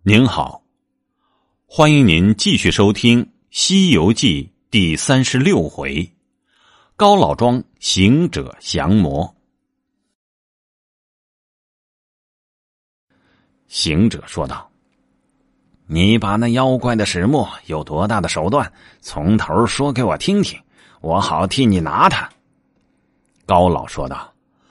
您好，欢迎您继续收听《西游记》第36回，高老庄行者降魔。行者说道：“你把那妖怪的始末有多大的手段，从头说给我听听，我好替你拿他。”高老说道：“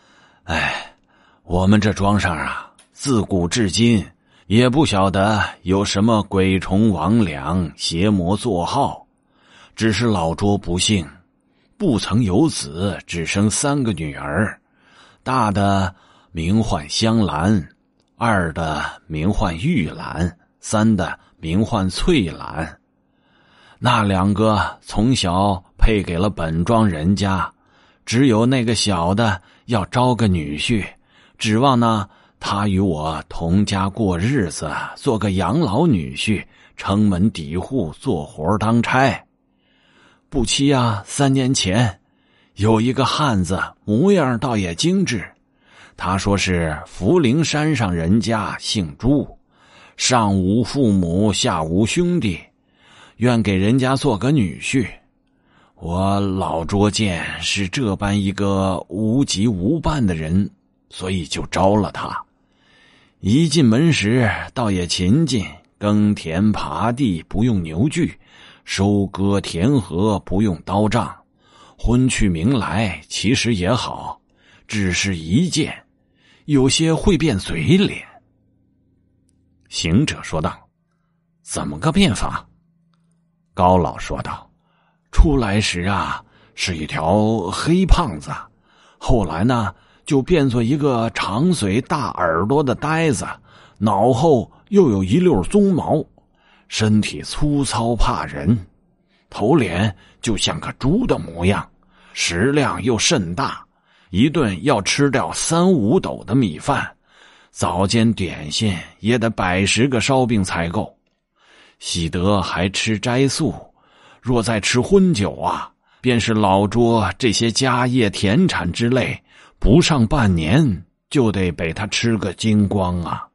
我们这庄上啊，自古至今也不晓得有什么鬼虫魍魉邪魔作号，只是老拙不幸，不曾有子，只生3个女儿，大的名唤香兰，2的名唤玉兰，3的名唤翠兰。那2个从小配给了本庄人家，只有那个小的要招个女婿，指望呢他与我同家过日子，做个养老女婿，撑门抵户，做活当差。不期啊，3年前有一个汉子，模样倒也精致，他说是福陵山上人家，姓朱，上无父母，下无兄弟，愿给人家做个女婿。我老拙见是这般一个无及无伴的人，所以就招了他。一进门时倒也勤进，耕田耙地不用牛具，收割田禾不用刀杖，婚去名来其实也好，只是一件有些会变嘴脸。行者说道：“怎么个变法？”高老说道：“出来时啊是一条黑胖子，后来呢就变作一个长嘴大耳朵的呆子，脑后又有一溜鬃毛，身体粗糙怕人，头脸就像个猪的模样，食量又甚大，一顿要吃掉3、5斗的米饭，早间点心也得100-10个烧饼才够，喜得还吃斋素，若再吃荤酒啊，便是老拙这些家业田产之类，不上半年就得被他吃个精光啊。”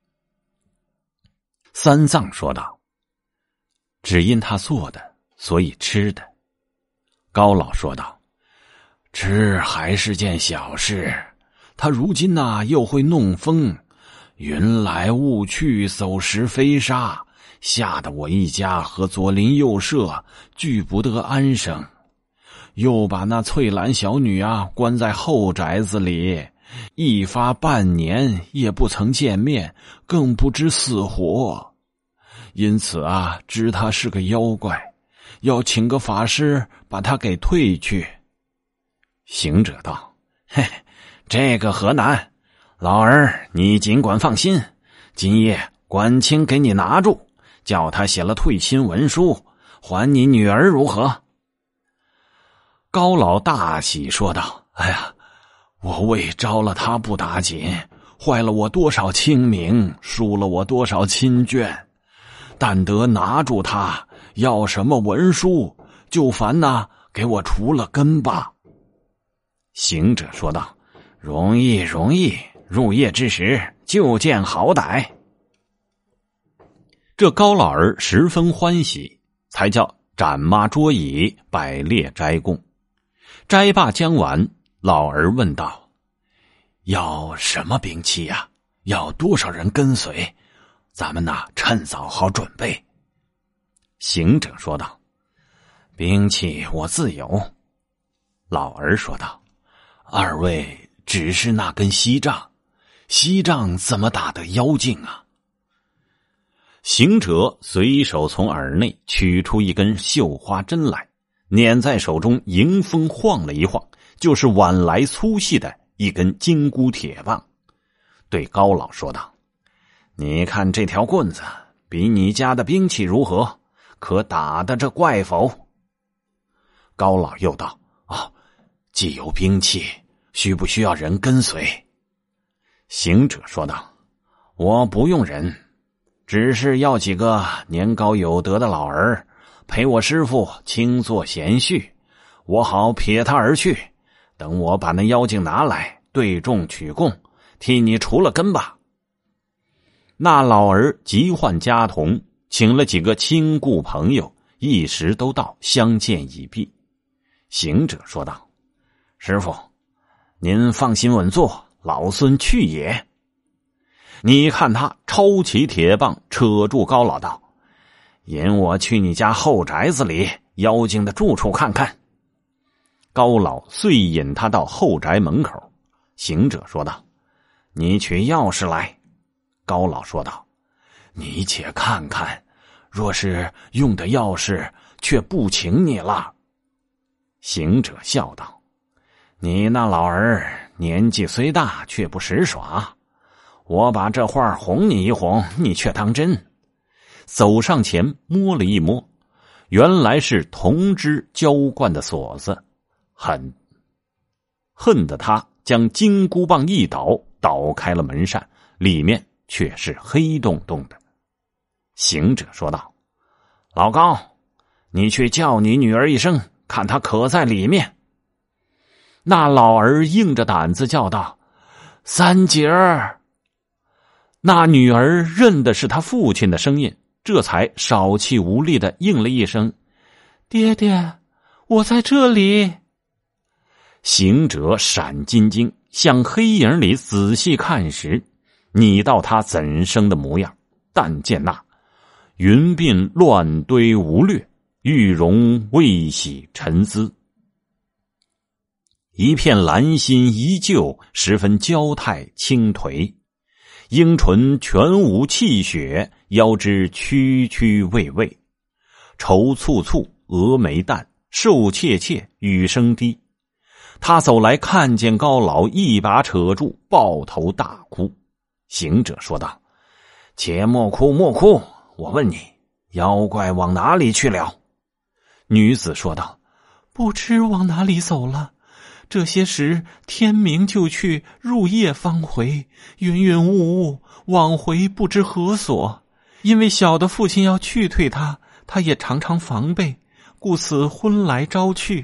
三藏说道：“只因他做的，所以吃的。”高老说道：“吃还是件小事，他如今又会弄风，云来雾去，走石飞沙，吓得我一家和左邻右舍俱不得安生。又把那翠兰小女关在后宅子里，一发半年也不曾见面，更不知死活。因此知他是个妖怪，要请个法师把他给退去。”行者道：“这个何难，老儿你尽管放心，今夜管清给你拿住，叫他写了退亲文书，还你女儿如何？”高老大喜说道：“我为招了他不打紧，坏了我多少清明，输了我多少亲眷，但得拿住他，要什么文书，就烦给我除了根吧。”行者说道：“容易，入夜之时就见好歹。”这高老儿十分欢喜，才叫斩妈桌椅，摆列斋供。斋罢将完，老儿问道：“要什么兵器呀？要多少人跟随？咱们趁早好准备。”行者说道：“兵器我自有。”老儿说道：“2位只是那根锡杖，锡杖怎么打得妖精啊？”行者随手从耳内取出一根绣花针来，捻在手中，迎风晃了一晃，就是碗来粗细的一根金箍铁棒，对高老说道：“你看这条棍子比你家的兵器如何？可打得这怪否？”高老又道：“既有兵器，需不需要人跟随？”行者说道：“我不用人，只是要几个年高有德的老儿陪我师父轻坐闲叙，我好撇他而去，等我把那妖精拿来，对众取供，替你除了根吧。” 那老儿急唤家童，请了几个亲故朋友，一时都到，相见已毕。行者说道：师父，您放心稳坐，老孙去也。你看他抄起铁棒，扯住高老道：引我去你家后宅子里妖精的住处看看。高老遂引他到后宅门口。行者说道：你取钥匙来。高老说道：你且看看，若是用的钥匙，却不请你了。行者笑道：你那老儿年纪虽大，却不识耍，我把这话哄你一哄，你却当真。走上前摸了一摸，原来是铜枝浇灌的锁子，恨得他将金箍棒一倒，倒开了门扇，里面却是黑洞洞的。行者说道：老高，你去叫你女儿一声，看她可在里面。那老儿硬着胆子叫道：三姐儿。那女儿认的是他父亲的声音，这才少气无力的应了一声：爹爹，我在这里。行者闪金睛，向黑影里仔细看时，拟到他怎生的模样，但见那云鬓乱堆无略，玉容未洗沉姿，一片兰心依旧，十分娇态轻颓，樱唇全无气血，腰肢曲曲畏畏，愁蹙蹙，峨眉淡，瘦怯怯，语声低。他走来，看见高老，一把扯住，抱头大哭。行者说道：且莫哭莫哭，我问你，妖怪往哪里去了？女子说道：不知往哪里走了，这些时天明就去，入夜方回，云云雾雾，往回不知何所。因为小的父亲要去退他，他也常常防备，故此昏来朝去。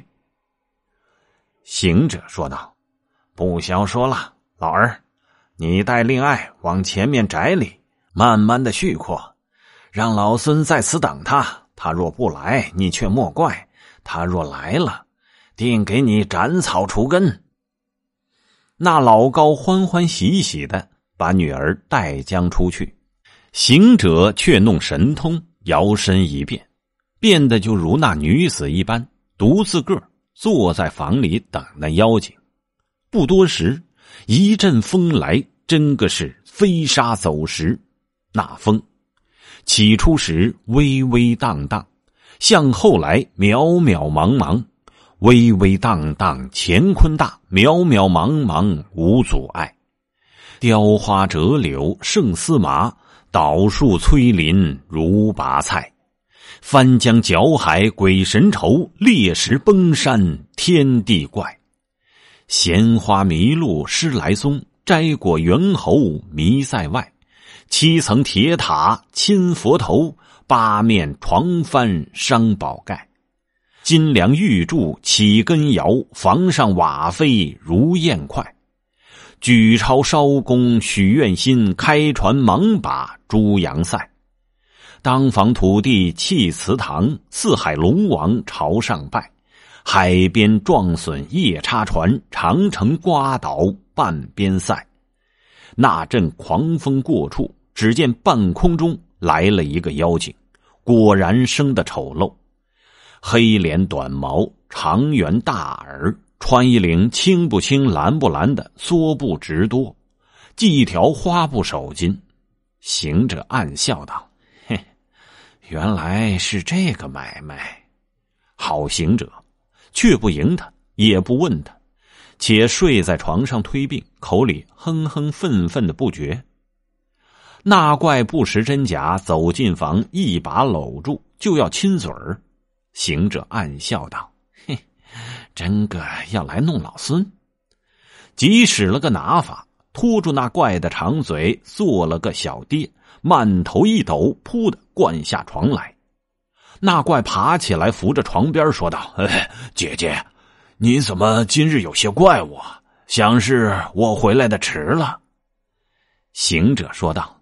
行者说道：不消说了，老儿，你带令爱往前面宅里慢慢的叙阔，让老孙在此等他，他若不来，你却莫怪，他若来了，定给你斩草除根。那老高欢欢喜喜的把女儿带将出去，行者却弄神通，摇身一变，变得就如那女子一般，独自个坐在房里等那妖精。不多时，一阵风来，真个是飞沙走石。那风起初时微微荡荡，向后来渺渺茫茫，微微荡荡乾坤大，渺渺茫茫无阻碍。雕花折柳胜司马，倒树摧林如拔菜。翻江搅海鬼神愁，裂石崩山天地怪。闲花迷路失来踪，摘果猿猴迷在外。七层铁塔亲佛头，八面床幡伤宝盖。金梁玉柱起根摇，房上瓦飞如燕快。举朝烧宫许愿心，开船忙把猪羊赛。当房土地砌祠堂，四海龙王朝上拜。海边撞损夜叉船，长城刮倒半边塞。那阵狂风过处，只见半空中来了一个妖精，果然生得丑陋，黑脸短毛，长圆大耳，穿一领青不青蓝不蓝的蓑布直多，系一条花布手巾。行者暗笑道：嘿，原来是这个买卖。好行者，却不迎他，也不问他，且睡在床上推病，口里哼哼愤愤的不绝。那怪不识真假，走进房，一把搂住，就要亲嘴儿。行者暗笑道：嘿，真个要来弄老孙。即使了个拿法，拖住那怪的长嘴，做了个小跌，慢头一抖，扑的灌下床来。那怪爬起来，扶着床边说道：姐姐，你怎么今日有些怪我？想是我回来的迟了。行者说道：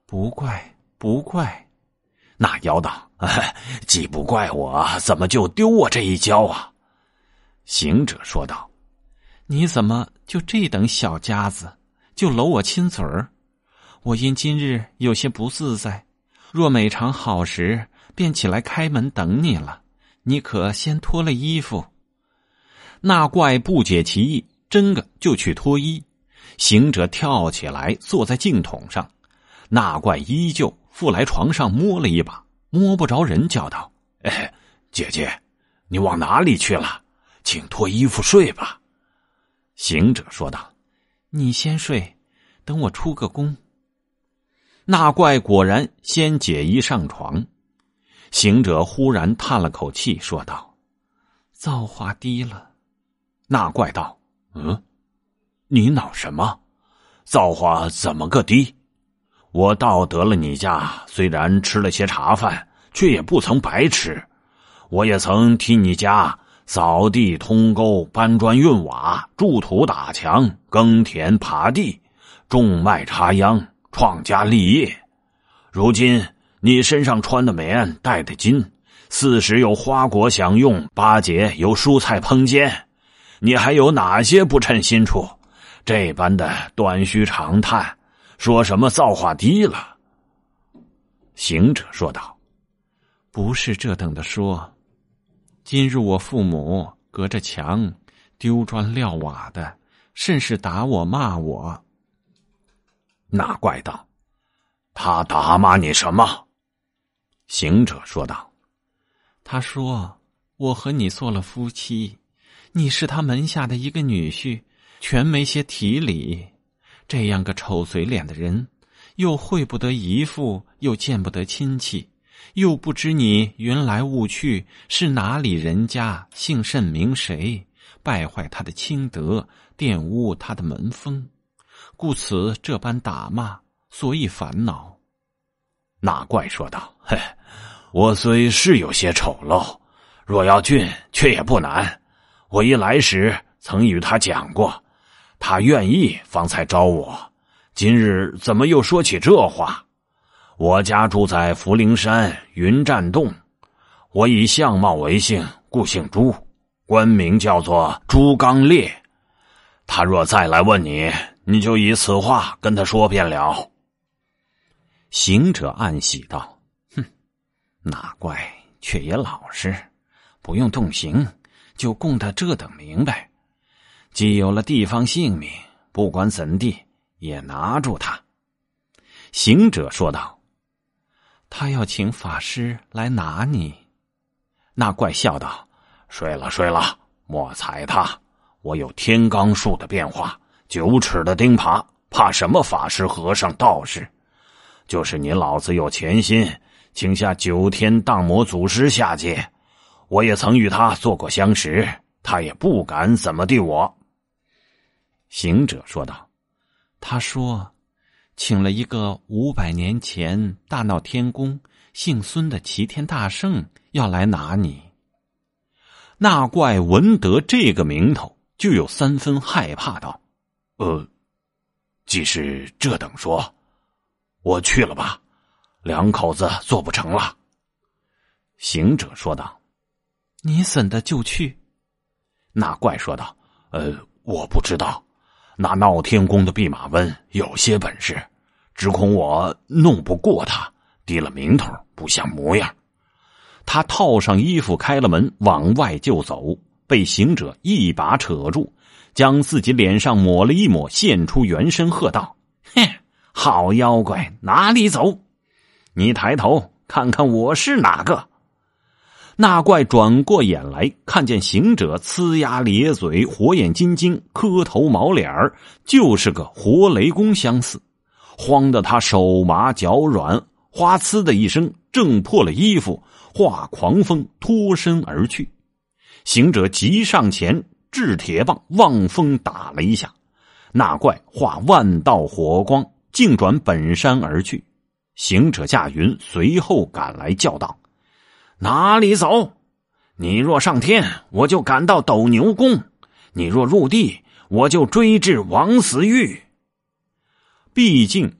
不怪，不怪。那妖道：“既不怪我，怎么就丢我这一跤啊？”行者说道：“你怎么就这等小家子，就搂我亲嘴儿？我因今日有些不自在，若每常好时，便起来开门等你了。你可先脱了衣服。”那怪不解其意，真个就去脱衣。行者跳起来坐在净桶上，那怪依旧附来床上摸了一把，摸不着人，叫道：“姐姐，你往哪里去了？请脱衣服睡吧。”行者说道：“你先睡，等我出个宫。”那怪果然先解衣上床。行者忽然叹了口气，说道：“造化低了。”那怪道：“你恼什么？造化怎么个低？我到得了你家，虽然吃了些茶饭，却也不曾白吃。我也曾替你家扫地通沟，搬砖运瓦，筑土打墙，耕田耙地，种麦插秧，创家立业。如今你身上穿的棉，戴的金，40有花果享用，8节有蔬菜烹煎，你还有哪些不称心处？这般的短吁长叹，说什么造化低了？”行者说道：“不是这等的说。今日我父母隔着墙丢砖撂瓦的，甚是打我骂我。”那怪道：“他打骂你什么？”行者说道：“他说我和你做了夫妻，你是他门下的一个女婿，全没些体理。这样个丑嘴脸的人，又会不得姨父，又见不得亲戚，又不知你云来雾去，是哪里人家，姓甚名谁，败坏他的清德，玷污他的门风，故此这般打骂，所以烦恼。”那怪说道：“我虽是有些丑陋，若要俊，却也不难。我一来时曾与他讲过，他愿意方才招我，今日怎么又说起这话？我家住在福陵山云栈洞，我以相貌为姓，故姓朱，官名叫做朱刚烈。他若再来问你，你就以此话跟他说便了。”行者暗喜道：“那怪却也老实，不用动刑，就供他这等明白。既有了地方性命，不管怎地也拿住他。”行者说道：“他要请法师来拿你。”那怪笑道：“睡了睡了，莫踩他。我有天罡术的变化，9尺的钉耙，怕什么法师和尚道士？就是你老子有前心，请下9天荡魔祖师下界，我也曾与他做过相识，他也不敢怎么地我。”行者说道：“他说请了一个500年前大闹天宫姓孙的齐天大圣要来拿你。”那怪闻得这个名头，就有3分害怕道：“既是这等说，我去了吧，2口子做不成了。”行者说道：“你怎的就去？”那怪说道：“我不知道，那闹天宫的弼马温有些本事，只恐我弄不过他，低了名头，不像模样。”他套上衣服，开了门，往外就走，被行者一把扯住，将自己脸上抹了一抹，现出原身，喝道：“好妖怪，哪里走？你抬头看看我是哪个？”那怪转过眼来，看见行者呲牙咧嘴，火眼金睛，磕头毛脸儿，就是个活雷公相似，慌得他手麻脚软，哗呲的一声，挣破了衣服，化狂风脱身而去。行者急上前，掷铁棒望风打了一下，那怪化万道火光，径转本山而去。行者驾云随后赶来，叫道：“哪里走？你若上天，我就赶到斗牛宫；你若入地，我就追至王死狱。”毕竟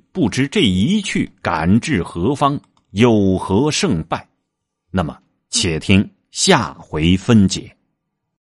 不知这一去赶至何方，有何胜败？那么且听下回分解。